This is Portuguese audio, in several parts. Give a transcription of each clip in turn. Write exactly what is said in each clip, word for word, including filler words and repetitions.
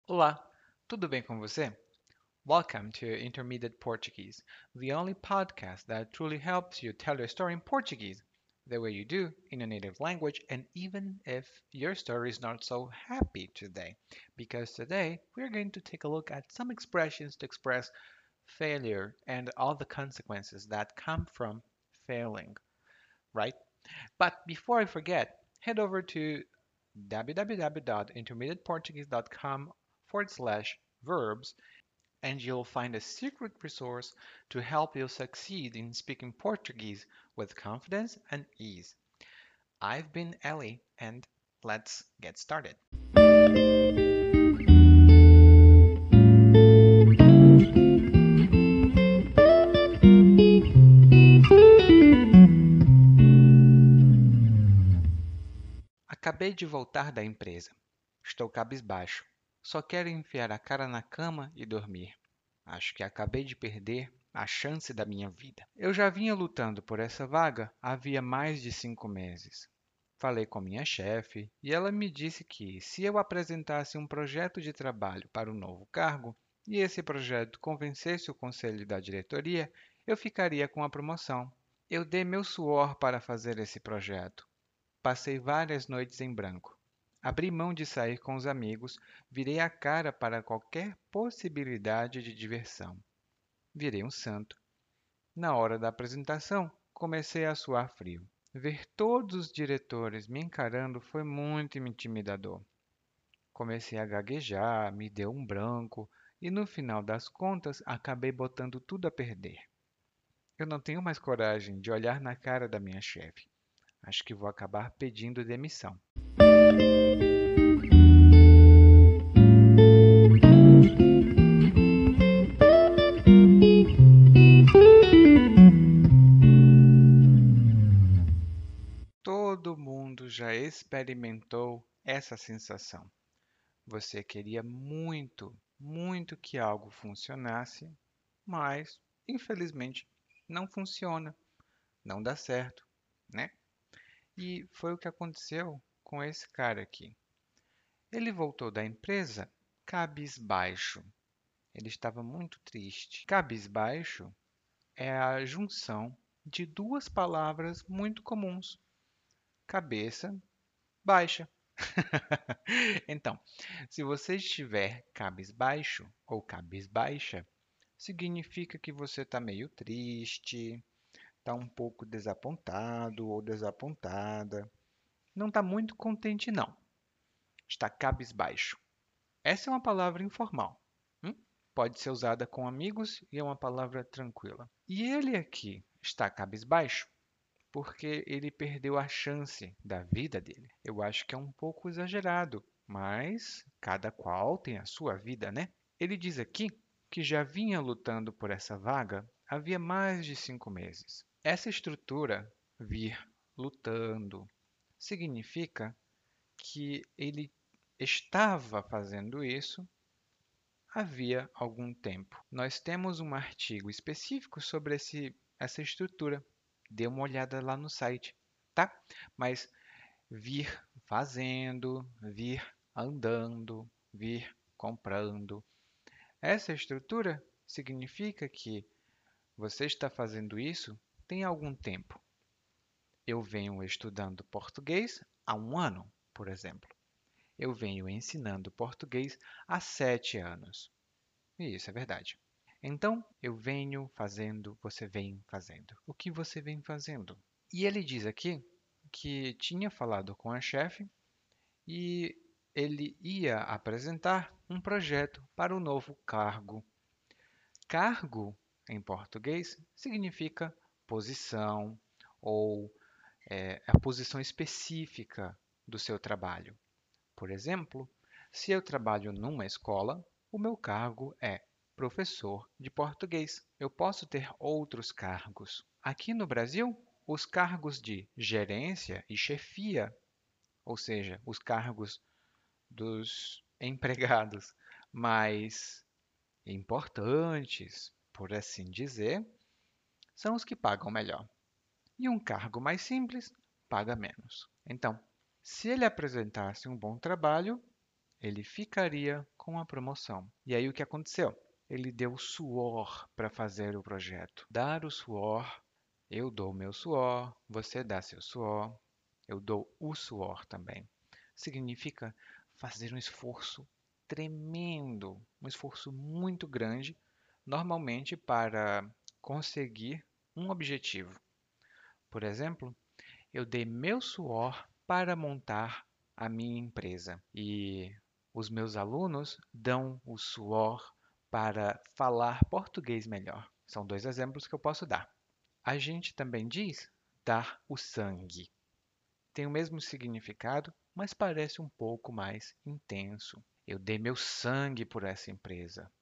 Olá, tudo bem com você? Welcome to Intermediate Portuguese, the only podcast that truly helps you tell your story in Portuguese the way you do in your native language, and even if your story is not so happy today. Because today we're going to take a look at some expressions to express failure and all the consequences that come from failing, right? But before I forget, head over to www.intermediateportuguese.com forward slash verbs and you'll find a secret resource to help you succeed in speaking Portuguese with confidence and ease. I've been Ellie, and let's get started. Acabei de voltar da empresa. Estou cabisbaixo. Só quero enfiar a cara na cama e dormir. Acho que acabei de perder a chance da minha vida. Eu já vinha lutando por essa vaga havia mais de cinco meses. Falei com minha chefe e ela me disse que, se eu apresentasse um projeto de trabalho para o novo cargo e esse projeto convencesse o conselho da diretoria, eu ficaria com a promoção. Eu dei meu suor para fazer esse projeto. Passei várias noites em branco. Abri mão de sair com os amigos, virei a cara para qualquer possibilidade de diversão. Virei um santo. Na hora da apresentação, comecei a suar frio. Ver todos os diretores me encarando foi muito intimidador. Comecei a gaguejar, me deu um branco e no final das contas acabei botando tudo a perder. Eu não tenho mais coragem de olhar na cara da minha chefe. Acho que vou acabar pedindo demissão. Todo mundo já experimentou essa sensação. Você queria muito, muito que algo funcionasse, mas infelizmente não funciona, não dá certo, né? E foi o que aconteceu com esse cara aqui. Ele voltou da empresa cabisbaixo. Ele estava muito triste. Cabisbaixo é a junção de duas palavras muito comuns: cabeça, baixa. Então, se você estiver cabisbaixo ou cabisbaixa, significa que você está meio triste, está um pouco desapontado ou desapontada. Não está muito contente, não. Está cabisbaixo. Essa é uma palavra informal. hum? Pode ser usada com amigos e é uma palavra tranquila. E ele aqui está cabisbaixo porque ele perdeu a chance da vida dele. Eu acho que é um pouco exagerado, mas cada qual tem a sua vida, né? Ele diz aqui que já vinha lutando por essa vaga havia mais de cinco meses. Essa estrutura, vir lutando, significa que ele estava fazendo isso havia algum tempo. Nós temos um artigo específico sobre esse, essa estrutura. Dê uma olhada lá no site, tá? Mas vir fazendo, vir andando, vir comprando. Essa estrutura significa que você está fazendo isso tem algum tempo. Eu venho estudando português há um ano, por exemplo. Eu venho ensinando português há sete anos. E isso é verdade. Então, eu venho fazendo, você vem fazendo. O que você vem fazendo? E ele diz aqui que tinha falado com a chefe e ele ia apresentar um projeto para o novo cargo. Cargo, em português, significa posição ou é, a posição específica do seu trabalho. Por exemplo, se eu trabalho numa escola, o meu cargo é professor de português. Eu posso ter outros cargos. Aqui no Brasil, os cargos de gerência e chefia, ou seja, os cargos dos empregados mais importantes, por assim dizer, são os que pagam melhor. E um cargo mais simples paga menos. Então, se ele apresentasse um bom trabalho, ele ficaria com a promoção. E aí o que aconteceu? Ele deu suor para fazer o projeto. Dar o suor, eu dou meu suor, você dá seu suor, eu dou o suor também. Significa fazer um esforço tremendo, um esforço muito grande, normalmente para conseguir um objetivo. Por exemplo, eu dei meu suor para montar a minha empresa e os meus alunos dão o suor para falar português melhor. São dois exemplos que eu posso dar. A gente também diz dar o sangue. Tem o mesmo significado, mas parece um pouco mais intenso. Eu dei meu sangue por essa empresa.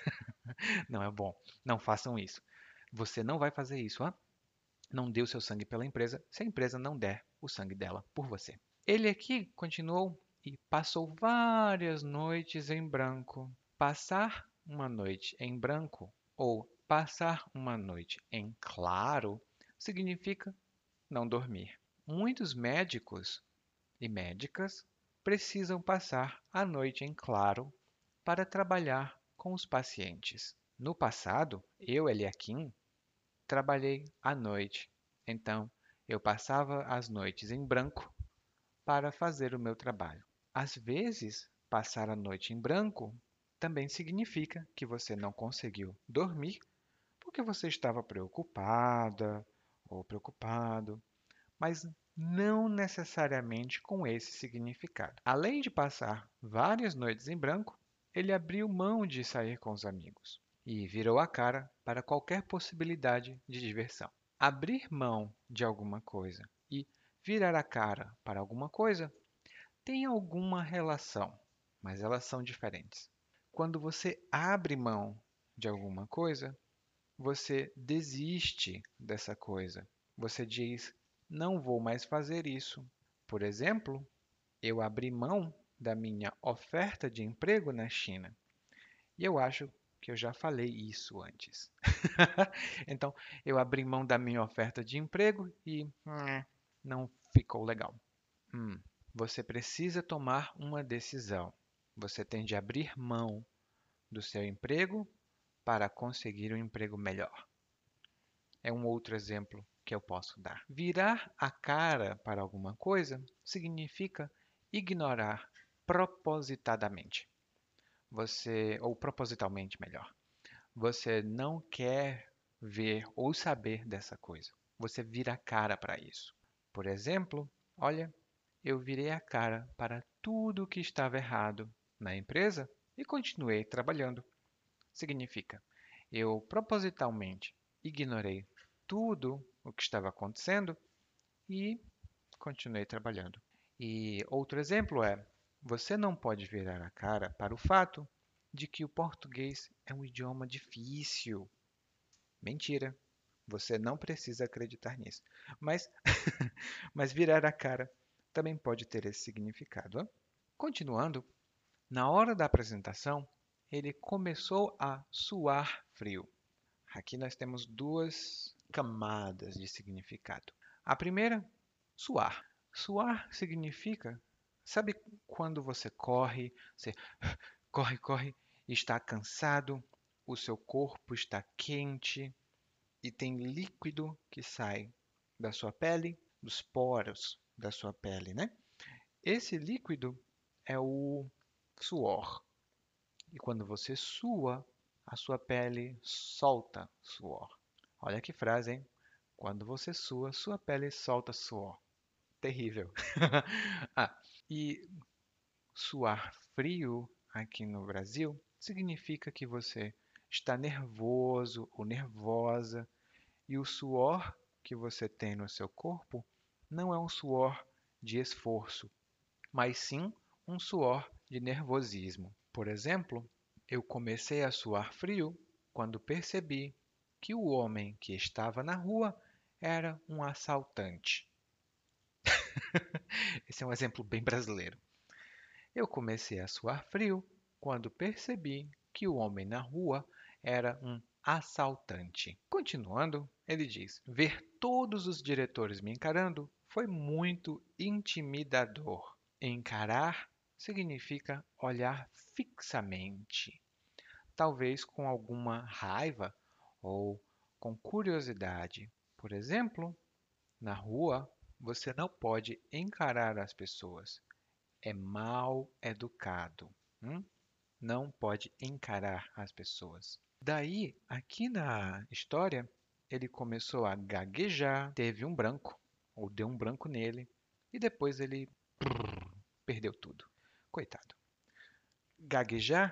Não é bom. Não façam isso. Você não vai fazer isso, hein? Não dê o seu sangue pela empresa se a empresa não der o sangue dela por você. Ele aqui continuou e passou várias noites em branco. Passar uma noite em branco ou passar uma noite em claro significa não dormir. Muitos médicos e médicas precisam passar a noite em claro para trabalhar com os pacientes. No passado, eu, Eliakim, trabalhei à noite, então eu passava as noites em branco para fazer o meu trabalho. Às vezes, passar a noite em branco também significa que você não conseguiu dormir porque você estava preocupada ou preocupado, mas não necessariamente com esse significado. Além de passar várias noites em branco, ele abriu mão de sair com os amigos e virou a cara para qualquer possibilidade de diversão. Abrir mão de alguma coisa e virar a cara para alguma coisa tem alguma relação, mas elas são diferentes. Quando você abre mão de alguma coisa, você desiste dessa coisa. Você diz: não vou mais fazer isso. Por exemplo, eu abri mão da minha oferta de emprego na China. E eu acho que eu já falei isso antes. Então, eu abri mão da minha oferta de emprego e hum, não ficou legal. Hum, você precisa tomar uma decisão. Você tem de abrir mão do seu emprego para conseguir um emprego melhor. É um outro exemplo que eu posso dar. Virar a cara para alguma coisa significa ignorar propositadamente. Você, ou propositalmente melhor. Você não quer ver ou saber dessa coisa. Você vira a cara para isso. Por exemplo, olha, eu virei a cara para tudo o que estava errado na empresa e continuei trabalhando. Significa, eu propositalmente ignorei tudo o que estava acontecendo e continuei trabalhando. E outro exemplo é: você não pode virar a cara para o fato de que o português é um idioma difícil. Mentira. Você não precisa acreditar nisso. Mas, mas virar a cara também pode ter esse significado. Ó. Continuando, na hora da apresentação, ele começou a suar frio. Aqui nós temos duas camadas de significado. A primeira, suar. Suar significa, sabe quando você corre, você corre, corre, e está cansado, o seu corpo está quente e tem líquido que sai da sua pele, dos poros da sua pele, né? Esse líquido é o suor. E quando você sua, a sua pele solta suor. Olha que frase, hein? Quando você sua, sua pele solta suor. Terrível. Ah, e suar frio aqui no Brasil significa que você está nervoso ou nervosa e o suor que você tem no seu corpo não é um suor de esforço, mas sim um suor de nervosismo. Por exemplo, eu comecei a suar frio quando percebi que o homem que estava na rua era um assaltante. Esse é um exemplo bem brasileiro. Eu comecei a suar frio quando percebi que o homem na rua era um assaltante. Continuando, ele diz: ver todos os diretores me encarando foi muito intimidador. Encarar significa olhar fixamente, talvez com alguma raiva ou com curiosidade. Por exemplo, na rua, você não pode encarar as pessoas. É mal educado. Hum? Não pode encarar as pessoas. Daí, aqui na história, ele começou a gaguejar, teve um branco, ou deu um branco nele, e depois ele perdeu tudo. Coitado. Gaguejar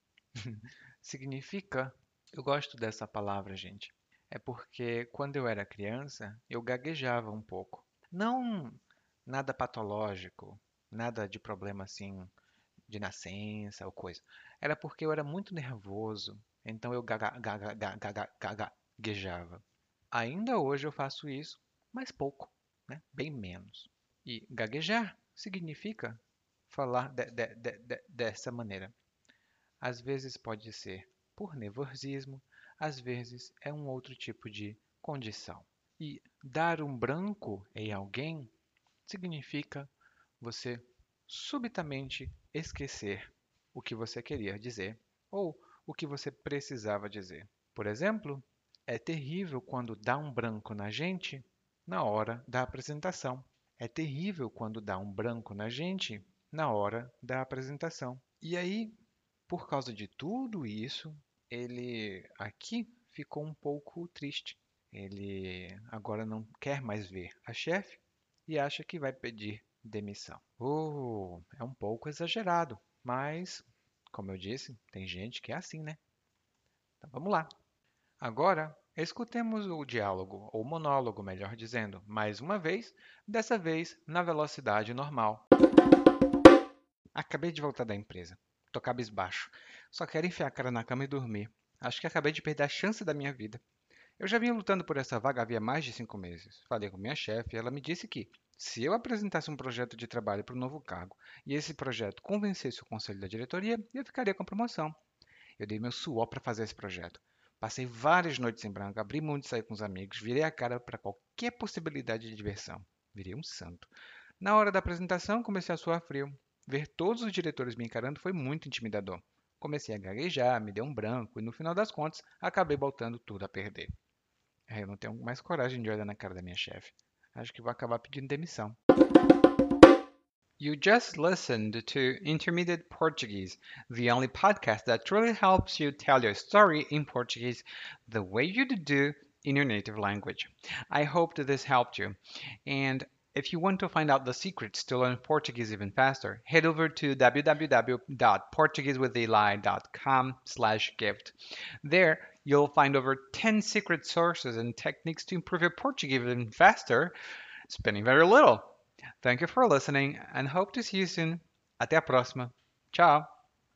significa. Eu gosto dessa palavra, gente. É porque quando eu era criança, eu gaguejava um pouco. Não nada patológico, nada de problema assim de nascença ou coisa. Era porque eu era muito nervoso, então eu gaga- gaga- gaga- gaga- gaguejava. Ainda hoje eu faço isso, mas pouco, né? Bem menos. E gaguejar significa falar de- de- de- de- dessa maneira. Às vezes pode ser por nervosismo, às vezes é um outro tipo de condição. E dar um branco em alguém significa você subitamente esquecer o que você queria dizer ou o que você precisava dizer. Por exemplo, é terrível quando dá um branco na gente na hora da apresentação. É terrível quando dá um branco na gente na hora da apresentação. E aí, por causa de tudo isso, ele aqui ficou um pouco triste. Ele agora não quer mais ver a chefe e acha que vai pedir demissão. Oh, é um pouco exagerado, mas, como eu disse, tem gente que é assim, né? Então vamos lá. Agora, escutemos o diálogo, ou monólogo, melhor dizendo, mais uma vez, dessa vez na velocidade normal. Acabei de voltar da empresa. Tô cabisbaixo. Só quero enfiar a cara na cama e dormir. Acho que acabei de perder a chance da minha vida. Eu já vinha lutando por essa vaga havia mais de cinco meses. Falei com minha chefe e ela me disse que, se eu apresentasse um projeto de trabalho para o novo cargo e esse projeto convencesse o conselho da diretoria, eu ficaria com a promoção. Eu dei meu suor para fazer esse projeto. Passei várias noites em branco, abri mão de sair com os amigos, virei a cara para qualquer possibilidade de diversão. Virei um santo. Na hora da apresentação, comecei a suar frio. Ver todos os diretores me encarando foi muito intimidador. Comecei a gaguejar, me deu um branco e, no final das contas, acabei botando tudo a perder. É, eu não tenho mais coragem de olhar na cara da minha chefe. Acho que vou acabar pedindo demissão. You just listened to Intermediate Portuguese, the only podcast that truly helps you tell your story in Portuguese the way you do in your native language. I hope that this helped you. And if you want to find out the secrets to learn Portuguese even faster, head over to w w w dot portuguese with eli dot com slash gift. There, you'll find over ten secret sources and techniques to improve your Portuguese even faster, spending very little. Thank you for listening and hope to see you soon. Até a próxima. Tchau.